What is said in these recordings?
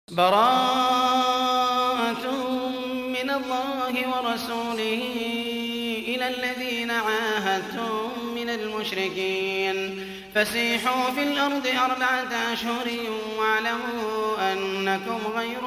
براءة من الله ورسوله إلى الذين عاهدتم من المشركين فسيحوا في الأرض 4 أشهر واعلموا أنكم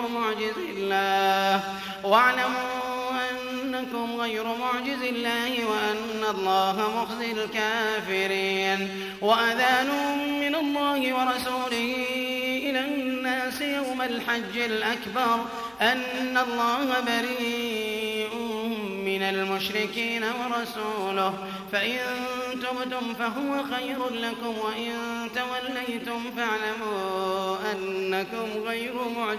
غير معجز الله وأن الله مخزي الكافرين وأذان من الله ورسوله إلى الناس يوم الحج الأكبر أن الله بريء من المشركين ورسوله فإن تبتم فهو خير لكم وإن توليتم فاعلموا أنكم غير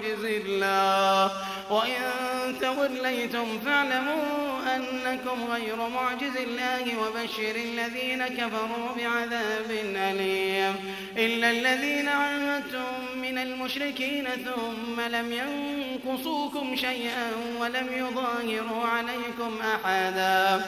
معجز الله وبشر الذين كفروا بعذاب أليم إلا الذين عاهدتم من المشركين ثم لم ينقصوكم شيئا ولم يظاهروا عليكم أحدا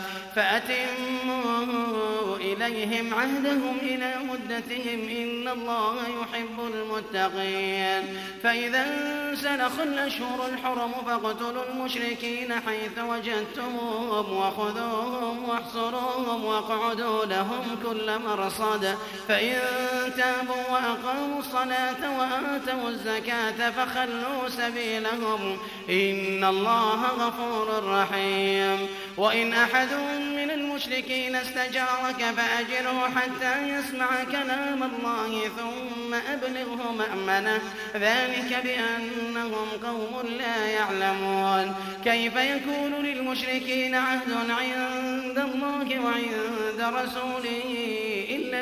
فأتموا إليهم عهدهم إلى مدتهم إن الله يحب المتقين فإذا انسلخ الأشهر الحرم فاقتلوا المشركين حيث وجدتموهم وخذوهم واحصروهم واقعدوا لهم كل مرصد فإن تابوا وأقاموا الصلاة وآتوا الزكاة فخلوا سبيلهم إن الله غفور رحيم وإن أحد من المشركين استجارك فأجره حتى يسمع كلام الله ثم أبلغه مأمنه ذلك بأنهم قوم لا يعلمون كيف يكون للمشركين عهد عند الله وعند رسوله إلا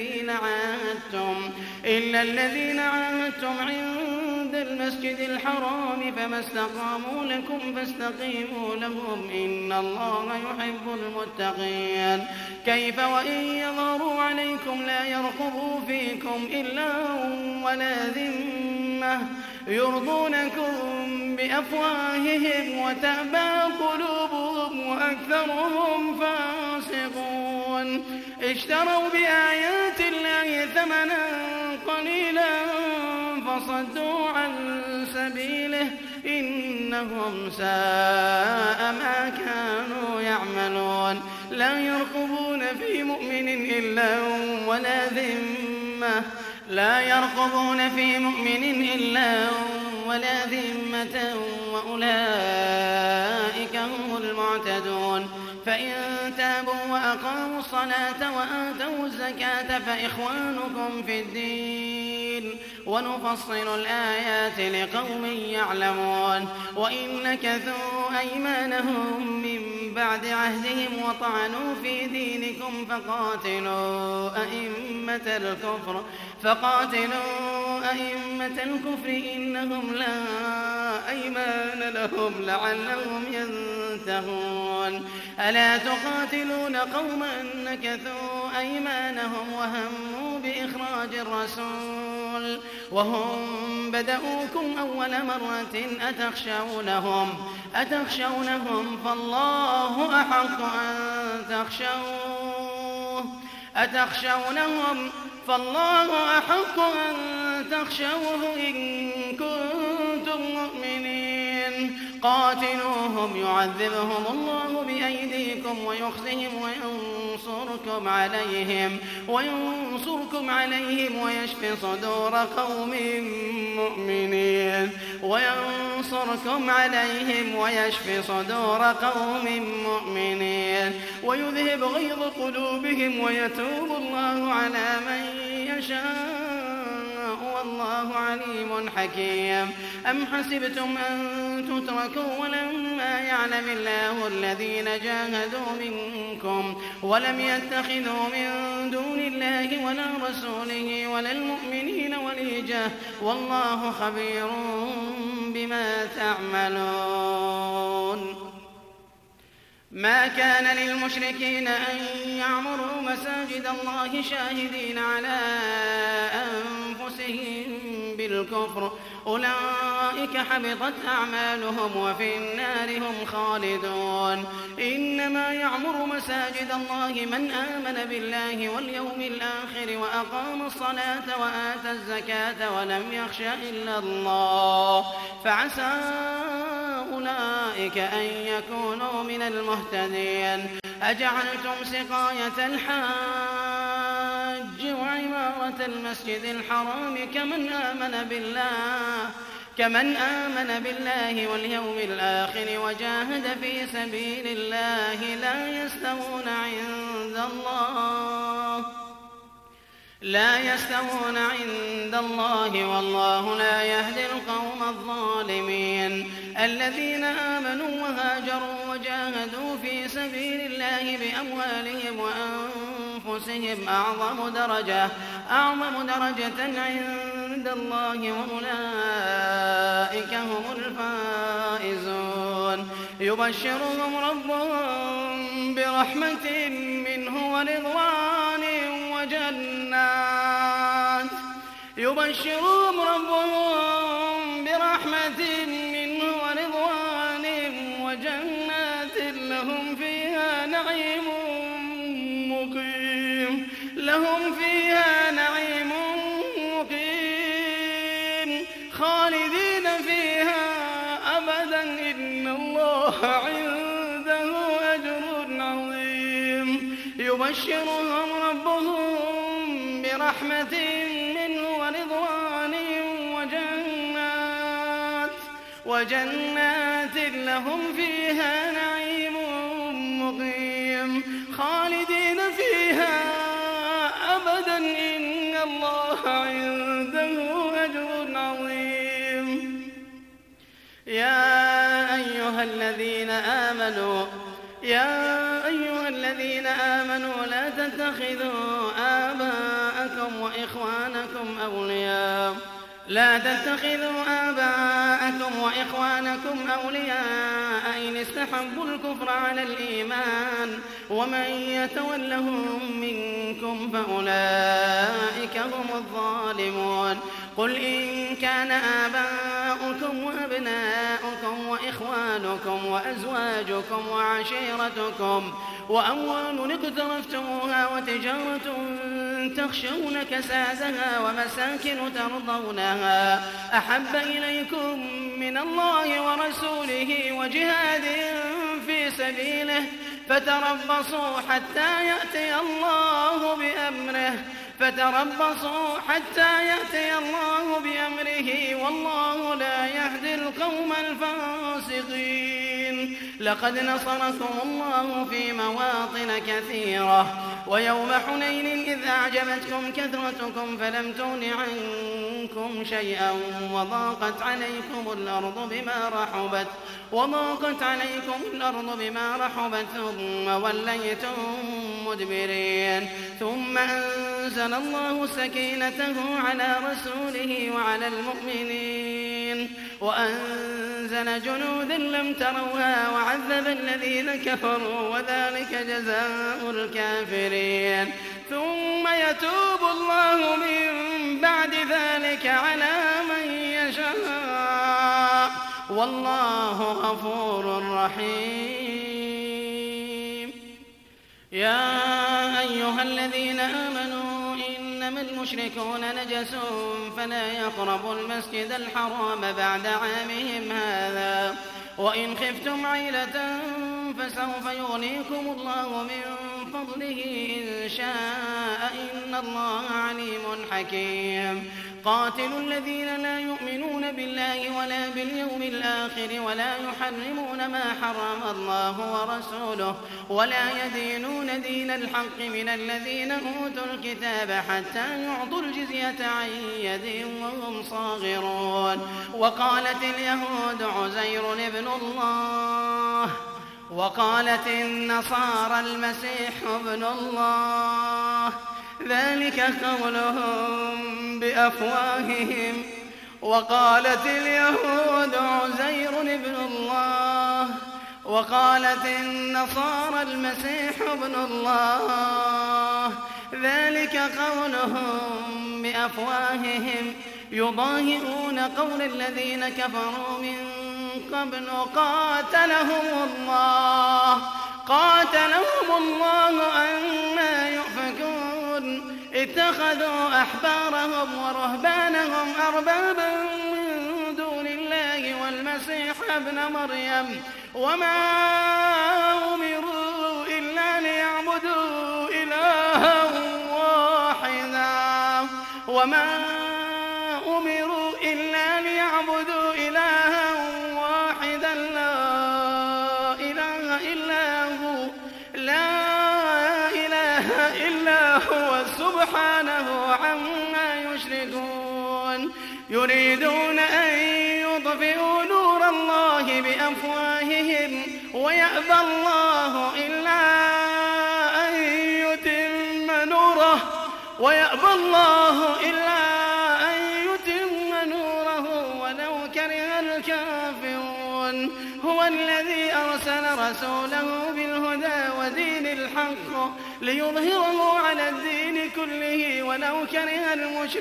الذين عاهدتم عند المسجد الحرام فما استقاموا لكم فاستقيموا لهم إن الله يحب المتقين كيف وإن يظهروا عليكم لا يرقبوا فيكم إلا ولا ذمة يرضونكم بأفواههم وتأبى قلوبهم وأكثرهم فاسقون اشتروا بآيات الله ثمنا قليلا فصدوا عن سبيله إنهم ساء ما كانوا يعملون لا يرقبون في مؤمن إلا ولا ذمة وأولئك هم المعتدون فإن تابوا وأقاموا الصلاة وآتوا الزكاة فإخوانكم في الدين ونفصل الآيات لقوم يعلمون وإن نكثوا أيمانهم من بعد عهدهم وطعنوا في دينكم فقاتلوا أئمة الكفر إنهم لا أيمان لهم لعلهم ينتهون ألا تقاتلون قوما نكثوا أيمانهم وهموا بإخراج الرسول وهم بدؤوكم أول مرة أتخشونهم فالله أحق أن تخشوه إن كنتم مؤمنين قاتلوهم يعذبهم الله بأيديكم ويخزهم وينصركم عليهم ويشف صدور قوم مؤمنين ويذهب غيظ قلوبهم ويتوب الله على من يشاء والله عليم حكيم أم حسبتم أن تتركوا ولما يعلم الله الذين جاهدوا منكم ولم يتخذوا من دون الله ولا رسوله ولا المؤمنين وليجة والله خبير بما تعملون ما كان للمشركين أن يعمروا مساجد الله شاهدين على أنفسهم بالكفر أولئك أولئك حبطت أعمالهم وفي النار هم خالدون. إنما يعمر مساجد الله من آمن بالله واليوم الآخر وأقام الصلاة وآتى الزكاة ولم يخش إلا الله فعسى أولئك أن يكونوا من المهتدين. أجعلتم سقاية الحاج وعمارة المسجد الحرام كمن آمن بالله واليوم الآخر وجاهد في سبيل الله لا يستوون عند الله والله لا يهدي القوم الظالمين. الذين آمنوا وهاجروا وجاهدوا في سبيل الله بأموالهم وأنفسهم أعظم درجة عند الله وأولئك هم الفائزون. يبشرهم ربهم برحمة منه ورضوان وجنات لهم فيها نعيم مقيم خالدين فيها أبدا إن الله عنده أجر عظيم. يبشرهم ربهم برحمة منه ورضوان وجنات لهم فيها نعيم مقيم خالدين فيها أبدا إن الله عنده أجر عظيم. يا أيها الذين آمنوا لا تتخذوا آباءكم وإخوانكم أولياء إن استحبوا الكفر على الإيمان ومن يتولهم منكم فأولئك هم الظالمون. قل إن كان آباؤكم وأبناؤكم وإخوانكم وأزواجكم وعشيرتكم وأموال اقترفتموها وتجارة تخشون كسادها ومساكن ترضونها أحب إليكم من الله ورسوله وجهاد في سبيله فتربصوا حتى يأتي الله بأمره والله لا يهدي القوم الفاسقين. لقد نصركم الله في مواطن كثيرة ويوم حنين إذ أعجبتكم كثرتكم فلم تغن عنكم شيئا وضاقت عليكم الأرض بما رحبت ثم وليتم مدبرين. ثم أنزل الله سكينته على رسوله وعلى المؤمنين وأنزل جنودا لم تروها وعذب الذين كفروا وذلك جزاء الكافرين. ثم يتوب الله من بعد ذلك على من يشاء والله غفور رحيم. يا أيها الذين آمنوا إنما المشركون نجس فلا يقربوا المسجد الحرام بعد عامهم هذا وإن خفتم عيلة فسوف يغنيكم الله من فضله إن شاء إن الله عليم حكيم. قاتلوا الذين لا يؤمنون بالله ولا باليوم الآخر ولا يحرمون ما حرم الله ورسوله ولا يدينون دين الحق من الذين أوتوا الكتاب حتى يعطوا الجزية عن يد وهم صاغرون. وقالت اليهود عزير ابن الله وقالت النصارى المسيح ابن الله ذلك قولهم بأفواههم. وقالت اليهود عزير ابن الله وقالت النصارى المسيح ابن الله ذلك قولهم بأفواههم يضاهئون قول الذين كفروا من قبل قاتلهم الله أنى يؤفكون اتخذوا أحبارهم ورهبانهم أربابا من دون الله والمسيح ابن مريم وما أمروا إلا ليعبدوا إلها واحدا لا إله إلا هو سبحانه عما يشركون يريدون أن يطفئوا نور الله بأفواههم ويأبى الله إلا أن يتم نوره ولو كره الكافرون هو الذي أرسل رسوله بالهدى ودين الحق ليظهره على الدين كله ولو كره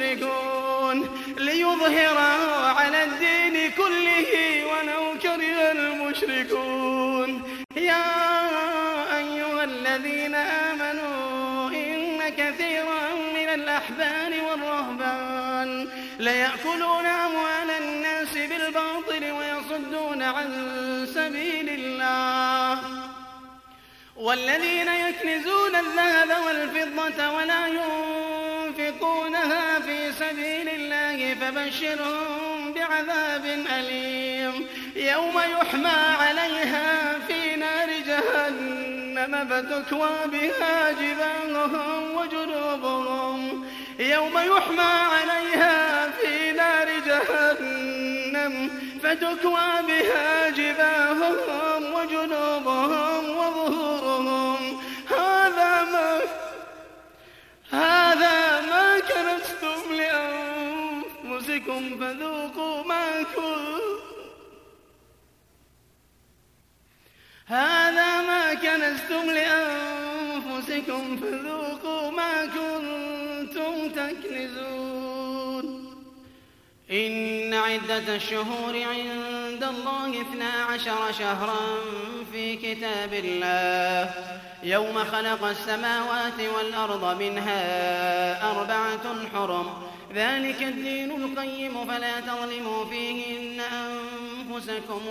المشركون يا أيها الذين آمنوا إن كثيرا من الأحبار والرهبان ليأكلون أموال الناس بالباطل ويصدون عن سبيل الله والذين يكنزون الذهب والفضة ولا ينفقونها في سبيل الله فبشرهم بعذاب أليم يوم يحمى عليها في نار جهنم فتكوى بها جباههم وجنوبهم وظهورهم هذا ما كنزتم لأنفسكم فذوقوا ما كنتم تكنزون إن عدة الشهور عند الله 12 شهرا في كتاب الله يوم خلق السماوات والأرض منها 4 حرم ذلك الدين القيم فلا تظلموا فيهن أنفسكم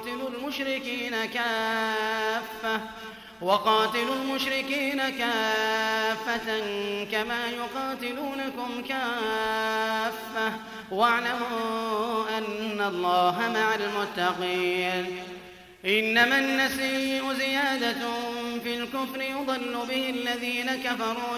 وقاتلوا المشركين كافة كما يقاتلونكم كافة واعلموا أن الله مع المتقين إنما النسيء زيادة في الكفر يضل به الذين كفروا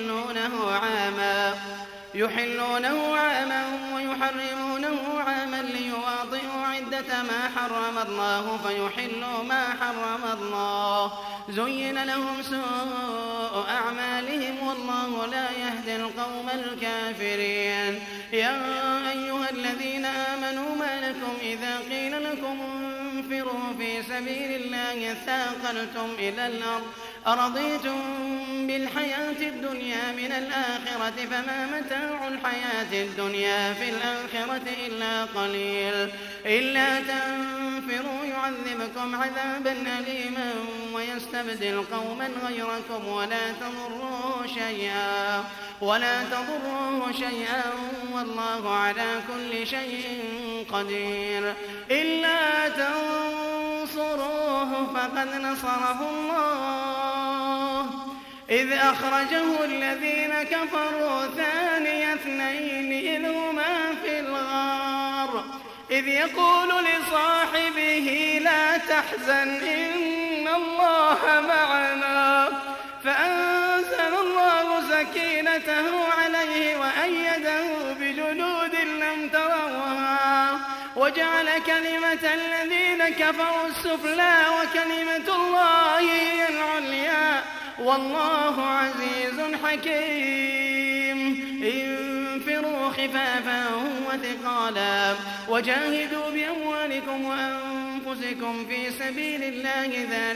يحلونه عاما ويحرمونه عاما ليواطئوا عدة ما حرم الله فيحلوا ما حرم الله زين لهم سوء أعمالهم والله لا يهدي القوم الكافرين يا أيها الذين آمنوا ما لكم إذا قيل لكم انفروا في سبيل الله اثاقلتم إلى الأرض أرضيتم بالحياة الدنيا من الآخرة فما متاع الحياة الدنيا في الآخرة إلا قليل إلا تنفروا يعذبكم عذابا أليما ويستبدل قوما غيركم ولا تضروه شيئا والله على كل شيء قدير إلا تنصروه فقد نصره الله إذ أخرجه الذين كفروا ثاني اثنين إذ هما في الغار إذ يقول لصاحبه لا تحزن إن الله معنا فأنزل الله سكينته عليه وأيده بجنود لم تروها وجعل كلمة الذين كفروا السفلى وكلمة الله هي العليا والله عزيز حكيم. انفروا خفافا وثقالا وجاهدوا بأموالكم وأنفسكم في سبيل الله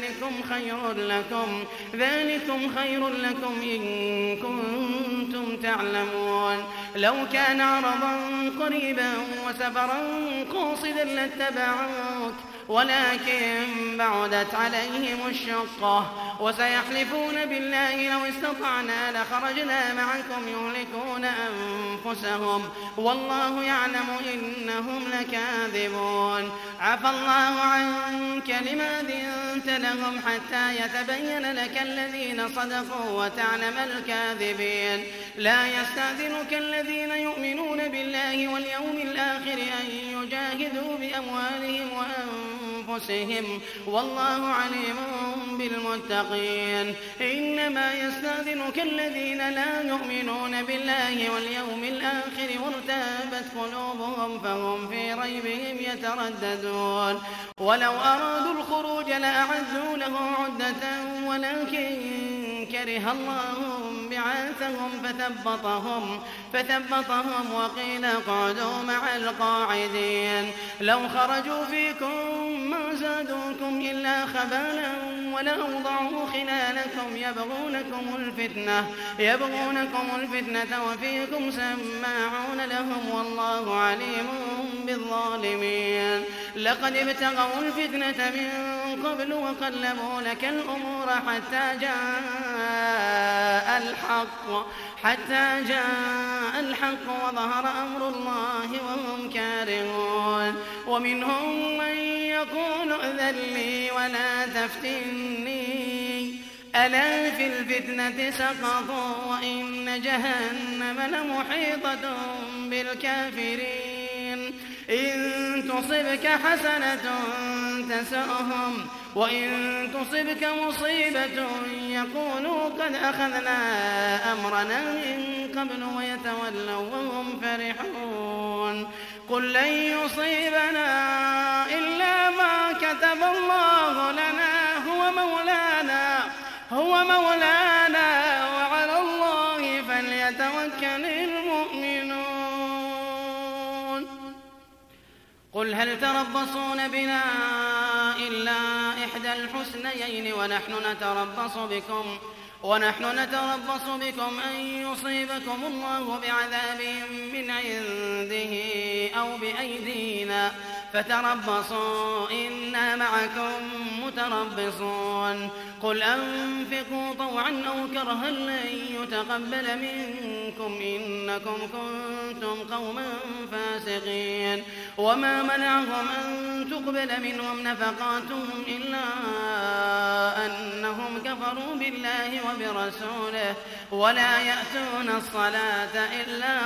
ذلكم خير لكم إن كنتم تعلمون. لو كان عرضا قريبا وسفرا قاصدا لاتبعوك ولكن بعدت عليهم الشقة وسيحلفون بالله لو استطعنا لخرجنا معكم يهلكون أنفسهم والله يعلم إنهم لكاذبون. عفى الله عنك لما أذنت لهم حتى يتبين لك الذين صدقوا وتعلم الكاذبين. لا يستأذنك الذين يؤمنون بالله واليوم الآخر أن يجاهدوا بأموالهم وأنفسهم والله عليم بالمتقين. إنما يستأذنك الذين لا يؤمنون بالله واليوم الآخر وارتابت قلوبهم فهم في ريبهم يترددون. ولو أرادوا الخروج لأعدوا له عدة ولكن كره الله بعاثهم فثبطهم وقيل اقعدوا مع القاعدين. لو خرجوا فيكم ما زادوكم إلا خبالا ولأوضعوا خلالكم يبغونكم الفتنة وفيكم سماعون لهم والله عليم بالظالمين. لقد ابتغوا الفتنة من قبل وقلبوا لك الأمور حتى جاء الحق وظهر أمر الله وهم كارهون. ومنهم من يقول ائذن لي ولا تفتني ألا في الفتنة سقطوا وإن جهنم لمحيطة بالكافرين. إن تصبك حسنة تسؤهم وإن تصبك مصيبة يقولوا قد أخذنا أمرنا من قبل ويتولوا وهم فرحون. قل لن يصيبنا إلا ما كتب الله لنا هو مولانا وعلى الله فليتوكل المؤمنون. قل هل تربصون بنا إلا إحدى الحسنيين ونحن نتربص بكم أن يصيبكم الله بعذاب من عنده أو بأيدينا فتربصوا إنا معكم متربصون. قل أنفقوا طوعا أو كرها لن يتقبل منكم إنكم كنتم قوما فاسقين. وما منعهم أن تقبل منهم نفقاتهم إلا أنهم كفروا بالله وبرسوله ولا يأتون الصلاة إلا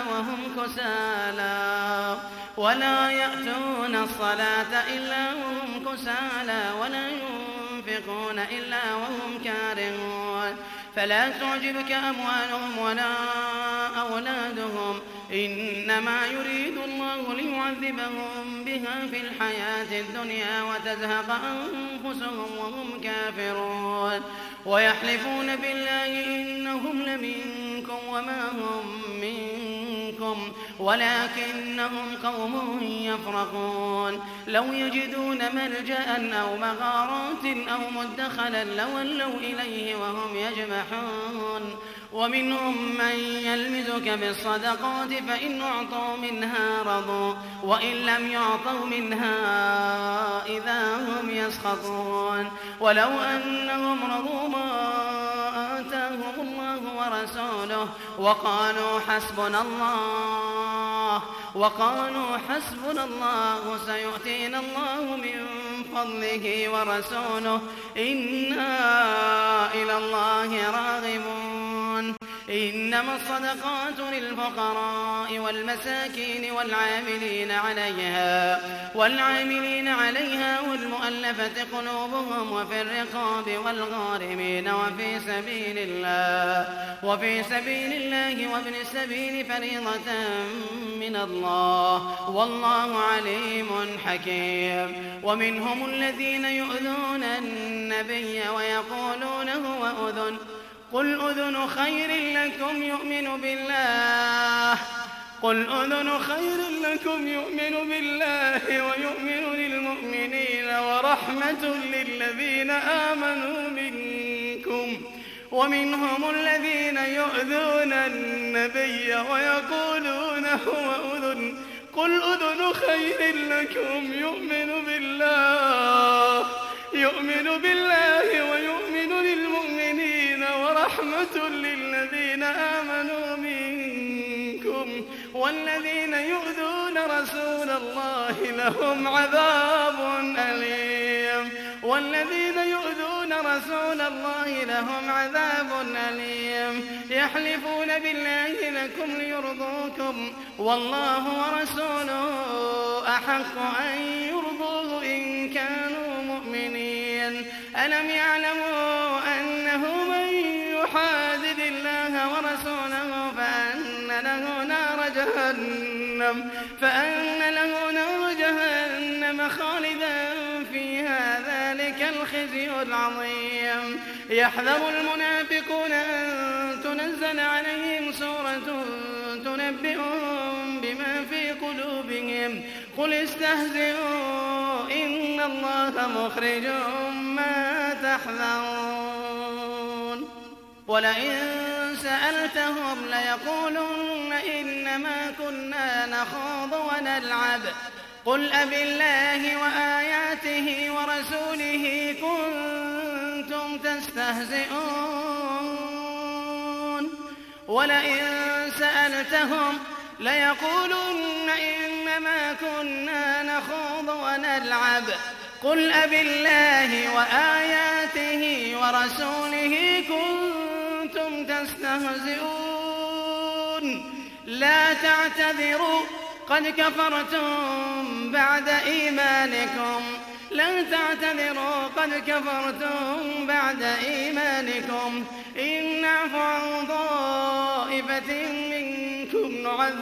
وهم كسالى ولا ينفقون إلا وهم كارهون. فلا تعجبك أموالهم ولا أولادهم إنما يريد الله ليعذبهم بها في الحياة الدنيا وتزهق أنفسهم وهم كافرون. ويحلفون بالله إنهم لمنكم وما هم منكم ولكنهم قوم يفرقون. لو يجدون ملجأ أو مغارات أو مدخلا لولوا إليه وهم يجمحون. ومنهم من يلمزك بالصدقات فإن أعطوا منها رضوا وإن لم يعطوا منها إذا هم يسخطون. ولو أنهم رضوا ما آتاهم الله ورسوله وقالوا حسبنا الله سيؤتينا الله من فضله ورسوله إنا إلى الله راغبون. إنما الصدقات للفقراء والمساكين والعاملين عليها والمؤلفة قلوبهم وفي الرقاب والغارمين وفي سبيل الله وابن السبيل فريضة من الله والله عليم حكيم. ومنهم الذين يؤذون النبي ويقولون هو أذن قل أذن خير لكم يؤمن بالله ويؤمن للمؤمنين ورحمة للذين آمنوا منكم ومنهم الذين يؤذون النبي ويقولون هو أذن قل أذن خير لكم يؤمن بالله ويؤمن للمؤمنين ورحمة للذين آمنوا منكم والذين يؤذون رسول الله لهم عذاب أليم يحلفون بالله لكم ليرضوكم والله ورسوله أحق أن يرضوه إن كانوا مؤمنين ألم يعلموا أنه من يحادد الله ورسوله فأن له نار جهنم خالدا فيها ذلك الخزي العظيم يحذر المنافقون أن تنزل عليهم سورة تنبئهم بما في قلوبهم قل استهزئوا إن الله مخرج ما تحذرون ولئن سألتهم ليقولن إنما كنا نخوض ونلعب قل أبالله وآياته ورسوله كنتم تستهزئون ولئن سألتهم ليقولن إنما كنا نخوض ونلعب قل أبالله وآياته ورسوله كنتم تستهزئون لا تعتذروا قد كفرتم بعد إيمانكم إن نعفو عن طائفة منكم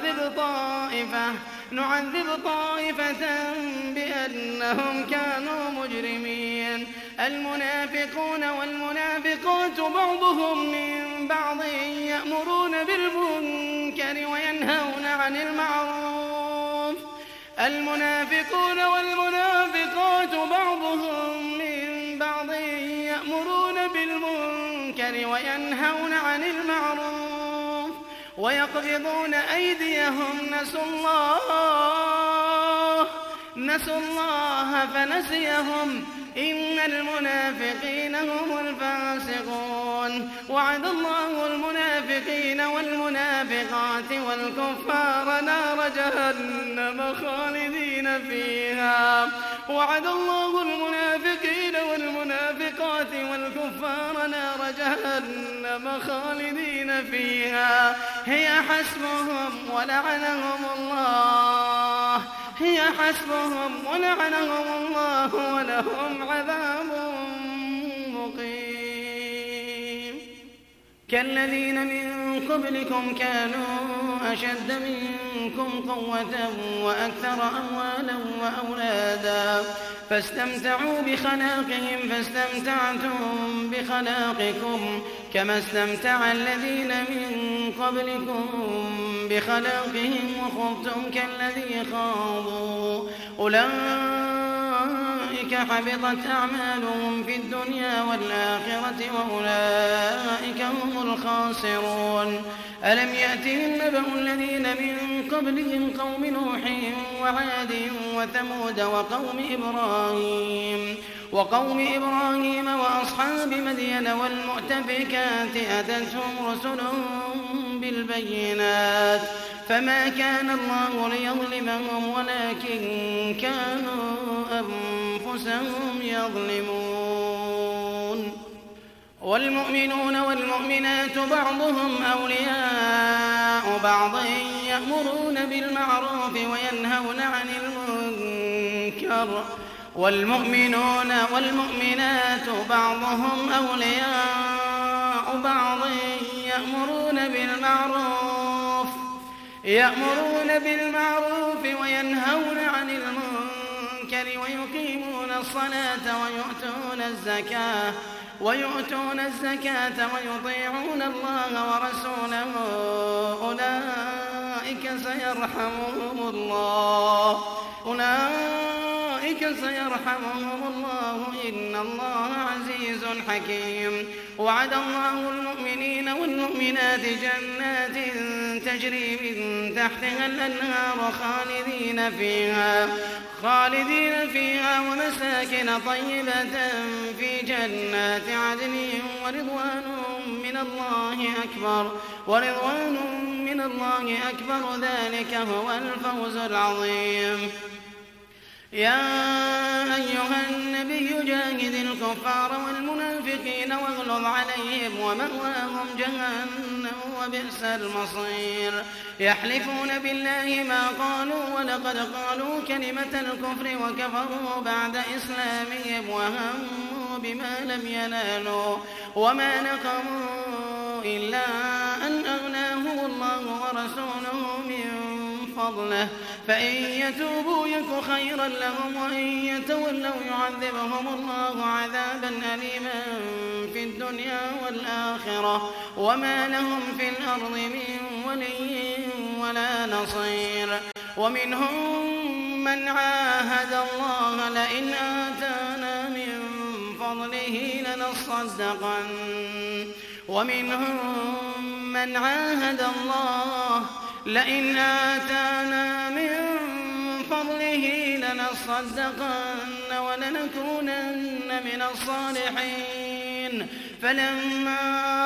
نعذب طائفة بأنهم كانوا مجرمين المنافقون والمنافقات بعضهم من بعض يأمرون بالمنكر وينهون عن المعروف ويقبضون أيديهم نسوا الله فنسيهم إن المنافقين هم الفاسقون وعد الله المنافقين والمنافقات والكفار نار جهنم خالدين فيها هي حسبهم ولعنهم الله ولهم عذاب مقيم كالذين من قبلكم كانوا أشد منكم قوة وأكثر أموالا وأولادا فاستمتعوا بخلاقهم فاستمتعتم بخلاقكم كما استمتع الذين من قبلكم بخلاقهم وخضتم كالذي خاضوا أولئك حبطت أعمالهم في الدنيا والآخرة وأولئك هم الخاسرون ألم يأتهم نبأ الذين من قبلهم قوم نوح وعاد وثمود وقوم إبراهيم وأصحاب مدين والمؤتفكات أتتهم رسلهم بالبينات فما كان الله ليظلمهم ولكن كانوا أنفسهم يظلمون والمؤمنون والمؤمنات بعضهم أولياء بعض يأمرون بالمعروف وينهون عن المنكر والمؤمنون والمؤمنات بعضهم أولياء بعض يأمرون بالمعروف وينهون عن المنكر ويقيمون الصلاة ويؤتون الزكاة ويؤتون الزكاة ويطيعون الله ورسوله أولئك سيرحمهم الله إن الله عزيز حكيم وعد الله المؤمنين والمؤمنات جنات تجري من تحتها الأنهار خالدين فيها ومساكن طيبة في جنات عدن ورضوان من الله أكبر ذلك هو الفوز العظيم يا أيها النبي جاهد الكفار والمنافقين واغلظ عليهم ومأواهم جهنم وبئس المصير يحلفون بالله ما قالوا ولقد قالوا كلمة الكفر وكفروا بعد إسلامهم وهموا بما لم ينالوا وما نقموا إلا أن أغناهم الله ورسوله من فضله فإن يتوبوا يك خيرا لهم وإن يتولوا يعذبهم الله عذابا أليما في الدنيا والآخرة وما لهم في الأرض من ولي ولا نصير ومنهم من عاهد الله لئن آتانا من فضله لنصدقن ولنكونن من الصالحين فلما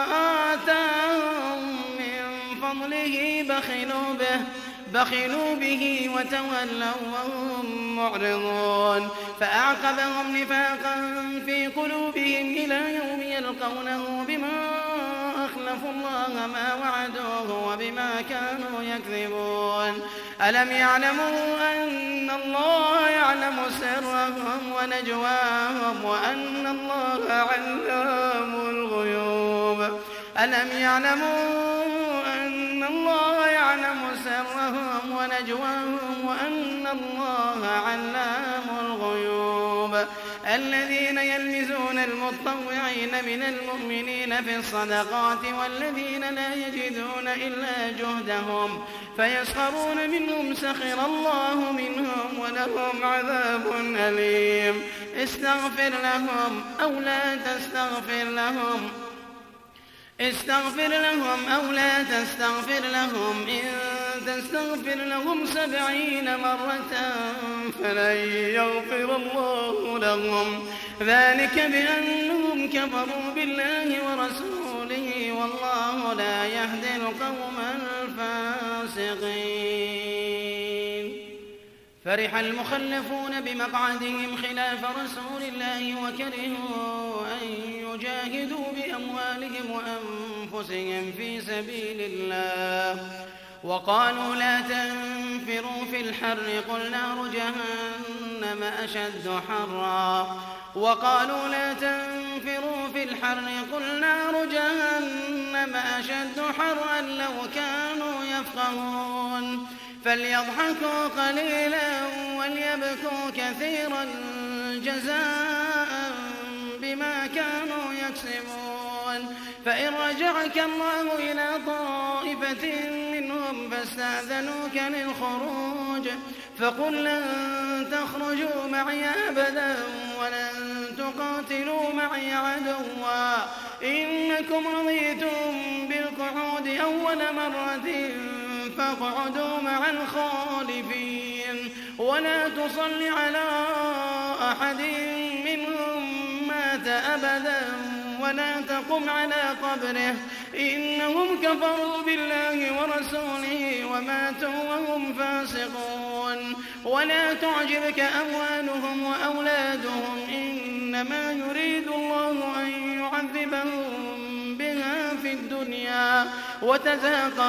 آتاهم من فضله بخلوا به وتولوا وهم معرضون فأعقبهم نفاقا في قلوبهم إلى يوم يلقونه بما أخلفوا الله ما وعدوه وبما كانوا يكذبون ألم يعلموا أن الله يعلم سرهم ونجواهم وأن الله علام الغيوب الذين يلمزون المطوعين من المؤمنين في الصدقات والذين لا يجدون إلا جهدهم فيسخرون منهم سخر الله منهم ولهم عذاب أليم استغفر لهم أو لا تستغفر لهم إن تستغفر لهم 70 مرة فلن يغفر الله لهم ذلك بأنهم كفروا بالله ورسوله والله لا يهدي القوم الفاسقين فرح المخلفون بمقعدهم خلاف رسول الله وكرهوا أن يجاهدوا بأموالهم وأنفسهم في سبيل الله وقالوا لا تنفروا في الحر قل نار جهنم أشد حرا لو كانوا يفقهون فليضحكوا قليلا وليبكوا كثيرا جزاء بما كانوا يكسبون فإن رجعك الله إلى طائفة منهم فاستأذنوك للخروج فقل لن تخرجوا معي أبدا ولن تقاتلوا معي عدوا إنكم رضيتم بالقعود أول مرة فاقعدوا مع الخالفين ولا تصل على أحد منهم مات أبدا ولا تقم على قبره إنهم كفروا بالله ورسوله وماتوا وهم فاسقون ولا تعجبك أموالهم وأولادهم إنما يريد الله أن يعذبهم بها في الدنيا وتزهق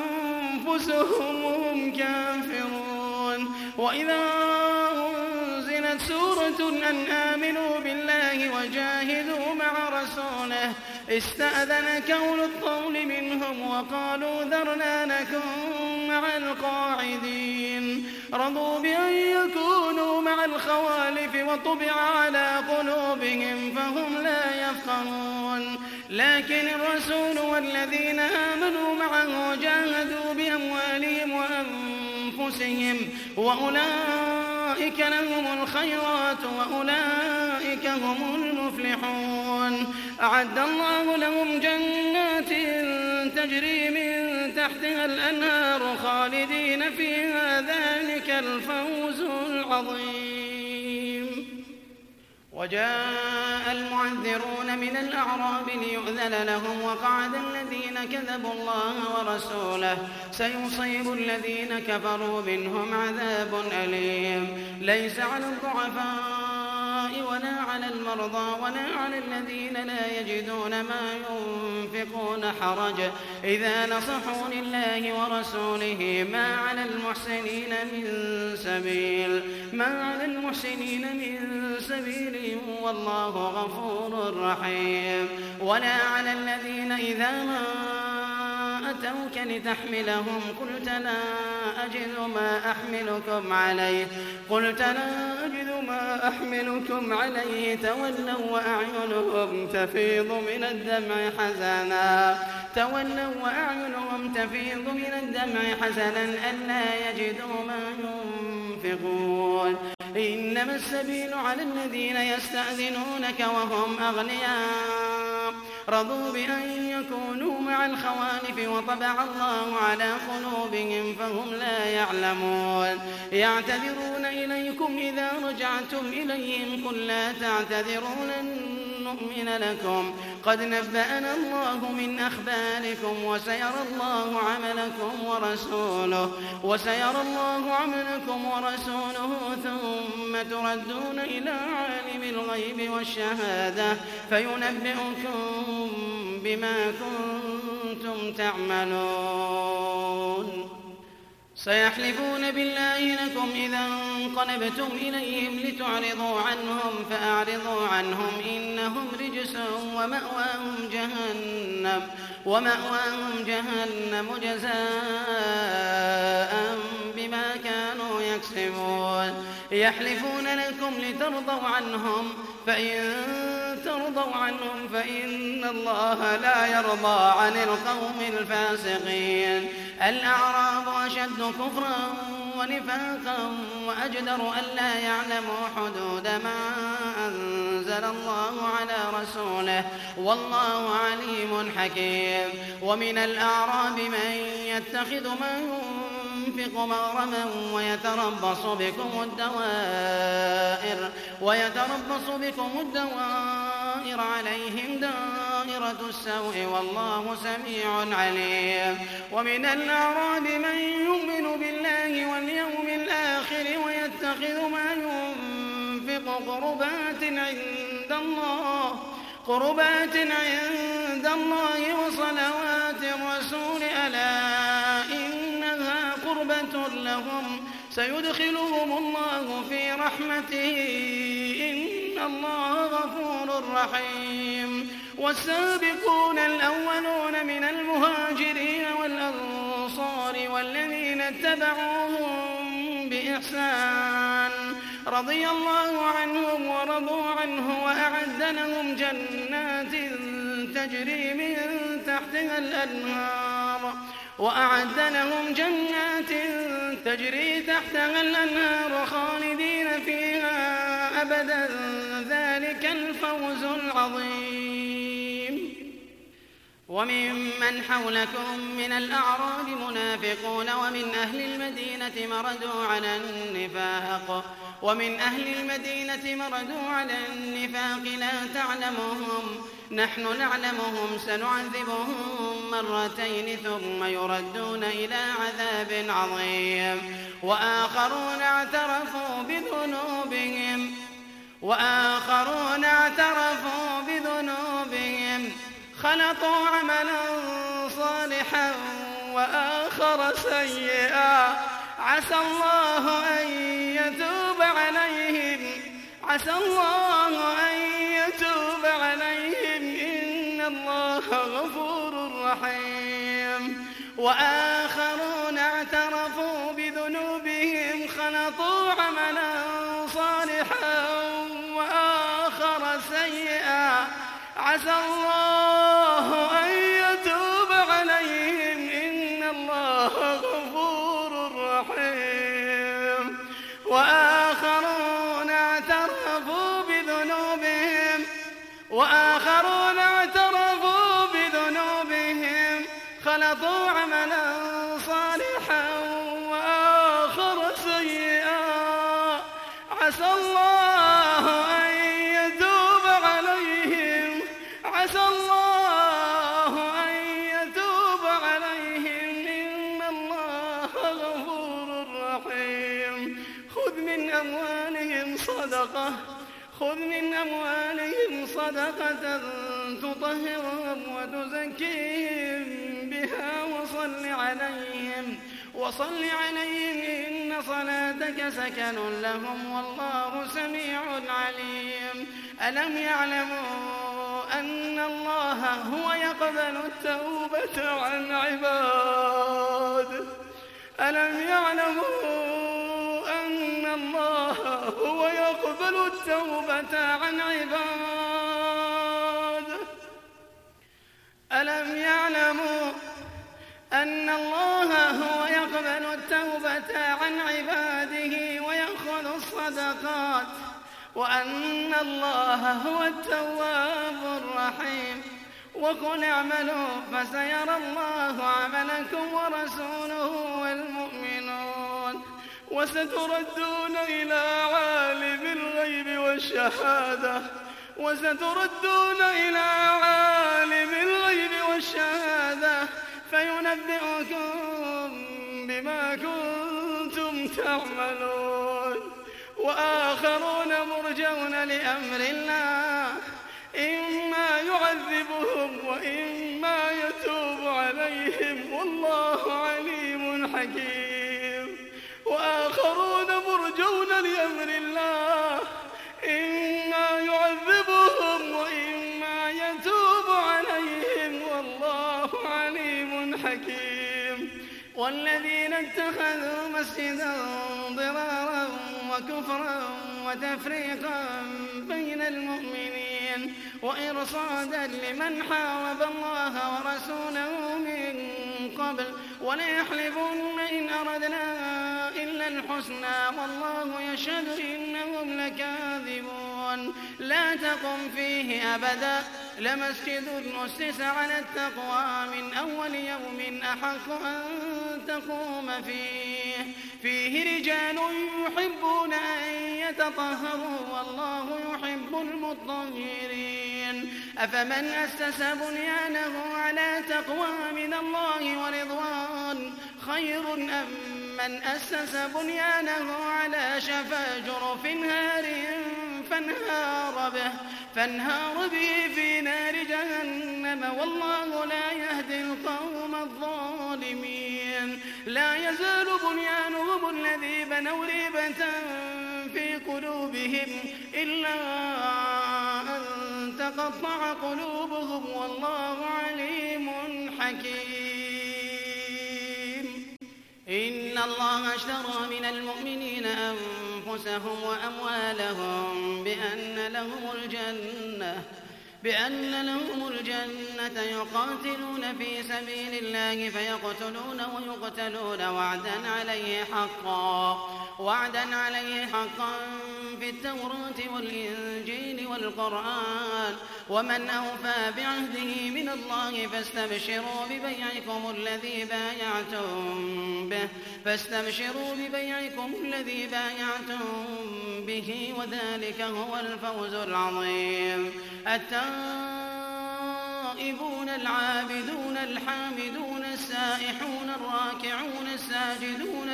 أنفسهم وهم كافرون وإذا أنزلت سورة أن آمنوا بالله وجاهدوا مع رسوله استأذنك أولو الطول منهم وقالوا ذرنا نكن مع القاعدين رضوا بأن يكونوا مع الخوالف وطبع على قلوبهم فهم لا يفقهون لكن الرسول والذين آمنوا معه جاهدوا بأموالهم وأنفسهم وأولئك لهم الخيرات وأولئك هم المفلحون أعد الله لهم جنات تجري من تحتها الأنهار خالدين فيها ذلك الفوز العظيم وجاء المعذرون من الأعراب ليؤذن لهم وقعد الذين كذبوا الله ورسوله سيصيب الذين كفروا منهم عذاب أليم ليس على الضعفاء ولا على المرضى ولا على الذين لا يجدون ما ينفقون حرج إذا نصحوا لله ورسوله ما على المحسنين من سبيل والله غفور رحيم ولا على الذين إذا ما أتوك لتحملهم قلت لا أجد ما أحملكم عليه تولوا وأعينهم تفيض من الدمع حزنا ألا يجدوا ما ينفقون إنما السبيل على الذين يستأذنونك وهم أغنياء رضوا بأن يكونوا مع الخوالف وطبع الله على قلوبهم فهم لا يعلمون يعتذرون إليكم إذا رجعتم إليهم قل لا تعتذروا لن نؤمن لكم قد نبأنا الله من أخباركم وسيرى الله عملكم ورسوله ثم تردون إلى عالم الغيب والشهادة فينبئكم بما كنتم تعملون سيحلفون بالله لكم إذا انقلبتم إليهم لتعرضوا عنهم فأعرضوا عنهم إنهم رجس ومأواهم جهنم جزاء بما كانوا يكسبون يحلفون لكم لترضوا عنهم فإن ترضوا عنهم فإن الله لا يرضى عن القوم الفاسقين الأعراب أشد كفرا ونفاقا وأجدر ألا يعلموا حدود ما أنزل الله على رسوله والله عليم حكيم ومن الأعراب من يتخذ ما ينفق مغرما ويتربص بكم الدوائر عليهم دائرة السوء والله سميع عليم ومن الأعراب من يؤمن بالله واليوم الآخر ويتخذ ما ينفق قربات عند الله وصلوات الرسول ألا إنها قربة لهم سيدخلهم الله في رحمته إن الله غفور رحيم والسابقون الأولون من المهاجرين والأنصار والذين اتبعوهم بإحسان رضي الله عنهم ورضوا عنه وأعد لهم جنات تجري تحتها الأنهار خالدين فيها أبدا ذلك الفوز العظيم وممن حولكم من الأعراب منافقون ومن أهل المدينة مردوا على النفاق لا تعلمهم نحن نعلمهم سنعذبهم مرتين ثم يردون إلى عذاب عظيم وآخرون اعترفوا بذنوبهم خلطوا عملا صالحا وآخر سيئا عسى الله أن يتوب عليهم عسى الله أن يتوب عليهم إن الله غفور رحيم. وآخرون اعترفوا بذنوبهم خلطوا عملا صالحا وآخر سيئا عسى الله أن يتوب عليهم إن الله غفور رحيم. وآخرون اعترفوا بذنوبهم خلطوا عملا صالحا وآخر سيئا عسى الله أن يتوب عليهم إن الله غفور رحيم. خذ من أموالهم صدقة تطهرهم وتزكيهم بها وصل عليهم إن صلاتك سكن لهم والله سميع عليم. ألم يعلموا أن الله هو يقبل التوبة عن عباده ألم يعلموا أن الله هو يقبل التوبة عن عباده ويأخذ الصدقات وأن الله هو التواب الرحيم. وقل اعملوا فسيرى الله عملكم ورسوله والمؤمنون وستردون إلى عالم الغيب والشهادة فينبئكم بما كنتم تعملون. وآخرون مرجون لأمر الله إما يعذبهم وإما يتوب عليهم والله عليم حكيم. وآخرون مرجون لأمر الله إما يعذبهم وإما يتوب عليهم والله عليم حكيم. والذين اتخذوا مسجدا ضرارا وكفرا وتفريقا بين المؤمنين وإرصادا لمن حارب الله ورسوله من قبل وليحلفن إن أردنا إلا الحسنى والله يشهد إنهم لكاذبون. لا تقم فيه أبدا لمسجد أسس على التقوى من أول يوم أحق أن تقوم فيه رجال يحبون أن يتطهروا والله يحب المطهرين. أفمن أسس بنيانه على تقوى من الله ورضوان خير أم من أسس بنيانه على شفا جرف هار فانهار به في نار جهنم والله لا يهدي القوم الظالمين. لا يزال بنيانهم الذي بنوا ريبة في قلوبهم إلا أن تقطع قلوبهم والله عليم حكيم. إن الله اشترى من المؤمنين أنفسهم وأموالهم بأن لهم الجنة يقاتلون في سبيل الله فيقتلون ويقتلون وعدا عليه حقا في التوراة والإنجيل والقرآن ومن أوفى بعهده من الله فاستبشروا ببيعكم الذي بايعتم به وذلك هو الفوز العظيم. التائبون العابدون الحامدون السائحون الراكعون الساجدون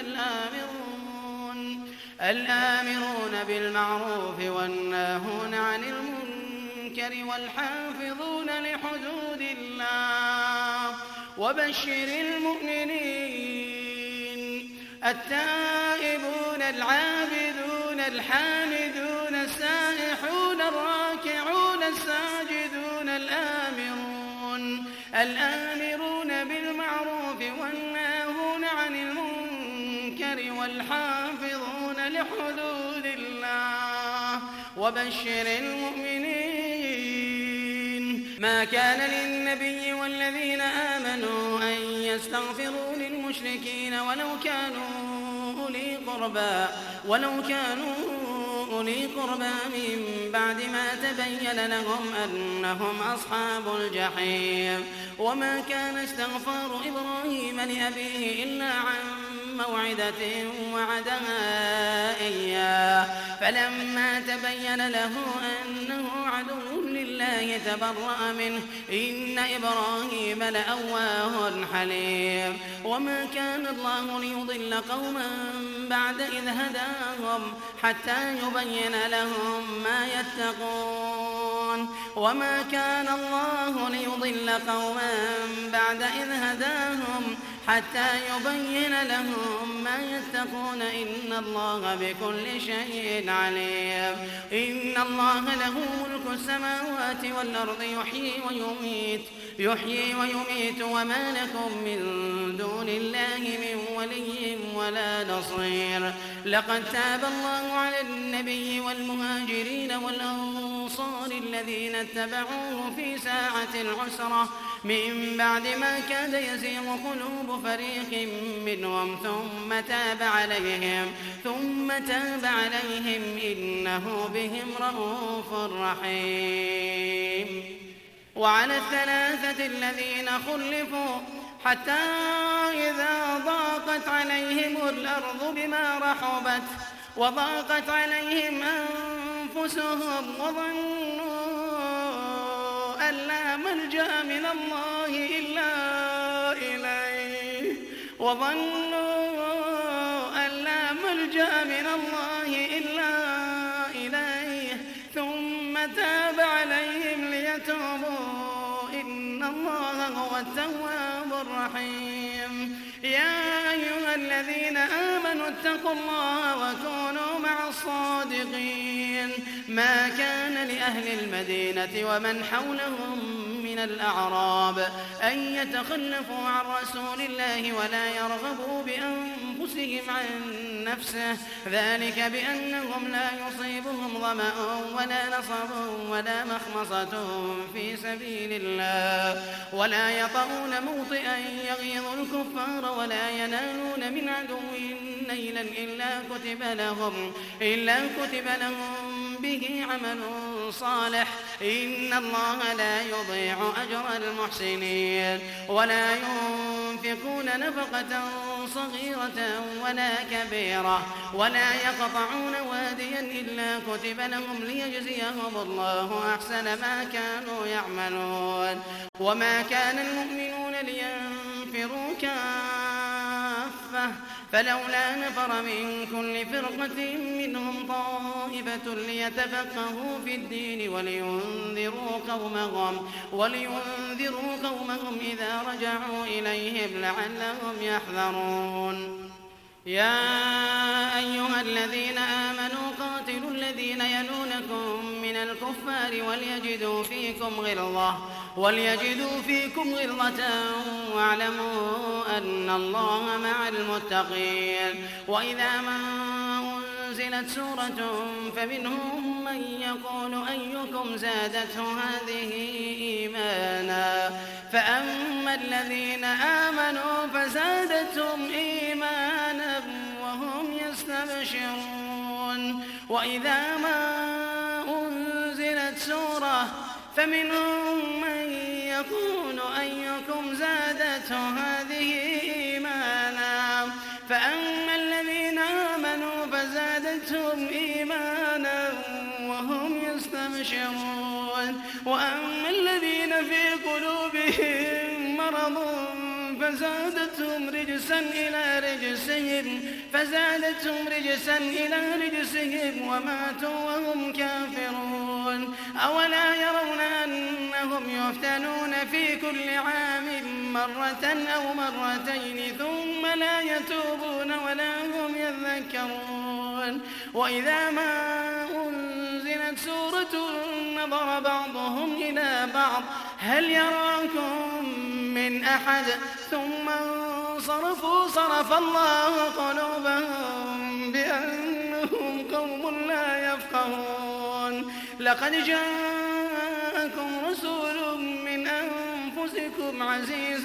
الآمرون بالمعروف والناهون عن المنكر والحافظون لحدود الله وبشر المؤمنين. التائبون العابدون الحامدون السائحون الساجدون الآمرون بالمعروف والناهون عن المنكر والحافظون لحدود الله وبشر المؤمنين. ما كان للنبي والذين آمنوا أن يستغفروا للمشركين ولو كانوا أولي قربى من بعد ما تبين لهم أنهم أصحاب الجحيم. وما كان استغفار إبراهيم لأبيه إلا عن موعدة وعدها إياه فلما تبين له أنه عدو لله تبرأ منه إن إبراهيم لأواه حليم. وما كان الله ليضل قوما بعد إذ هداهم حتى يبين لهم ما يتقون. وما كان الله ليضل قوما بعد إذ هداهم حتى يبين لهم ما يتقون إن الله بكل شيء عليم. إن الله له ملك السماوات والأرض يحيي ويميت وما لكم من دون الله من ولي ولا نصير. لقد تاب الله على النبي والمهاجرين والأنصار الذين اتبعوه في ساعة العسرة من بعد ما كاد يزيغ قلوب فريق منهم ثم تاب عليهم إنه بهم رءوف رحيم. وعلى الثلاثة الذين خلفوا حتى إذا ضاقت عليهم الأرض بما رحبت وضاقت عليهم أنفسهم وظنوا أن لا ملجأ من الله إلا إليه ثم تاب عليهم ليتوبوا إن الله هو التواب الرحيم. يا أيها الذين آمنوا اتقوا الله وكونوا مع الصادقين. ما كان لأهل المدينة ومن حولهم من الأعراب أن يتخلفوا عن رسول الله ولا يرغبوا بأنفسهم عن نفسه ذلك بأنهم لا يصيبهم ظمأ ولا نصب ولا مخمصة في سبيل الله ولا يطؤون موطئا يغيظ الكفار ولا ينالون من عدو نيلا إلا كتب لهم به عمل صالح إن الله لا يضيع أجر المحسنين. ولا ينفقون نفقة صغيرة ولا كبيرة ولا يقطعون واديا إلا كتب لهم ليجزيهم الله أحسن ما كانوا يعملون. وما كان المؤمنون لينفروا كافة فلولا نفر من كل فرقة منهم طائفة ليتفقهوا في الدين ولينذروا قومهم إذا رجعوا إليهم لعلهم يحذرون. يا أيها الذين آمنوا قاتلوا الذين يلونكم من الكفار وليجدوا فيكم غلظة واعلموا أن الله مع المتقين. وإذا ما أنزلت سورة فمنهم من يقول أيكم زادته هذه إيمانا فأما الذين آمنوا فزادتهم إيمانا وهم يستبشرون. وإذا ما أنزلت سورة فمنهم من يقول أيكم زادته هذه إيمانا فأما الذين آمنوا فزادتهم إيمانا وهم يستبشرون. وأما الذين في قلوبهم مرض فزادتهم رجسا إلى رجسهم وماتوا وهم كافرون. أولا يرون أنهم يفتنون في كل عام مرة أو مرتين ثم لا يتوبون ولا هم يذكرون. وإذا ما أنزلت سورة نظر بعضهم إلى بعض هل يراكم من أحد ثم انصرفوا صرف الله قلوبهم بأنهم قوم لا يفقهون لقد جاءكم رسول من أنفسكم عزيز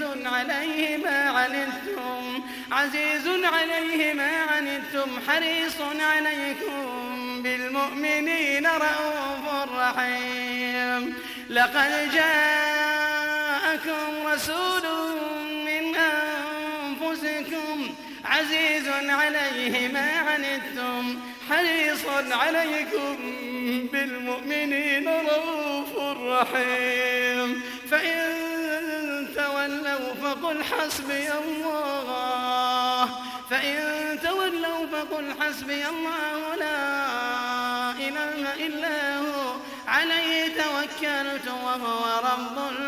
عليه ما عنتم حريص عليكم بالمؤمنين رءوف رحيم لقد جاءكم رسول من أنفسكم عزيز عليه ما عنتم حريص عليكم بالمؤمنين رءوف رحيم فإن تولوا فقل حسبي الله لا إله إلا هو عليه توكلت وهو رب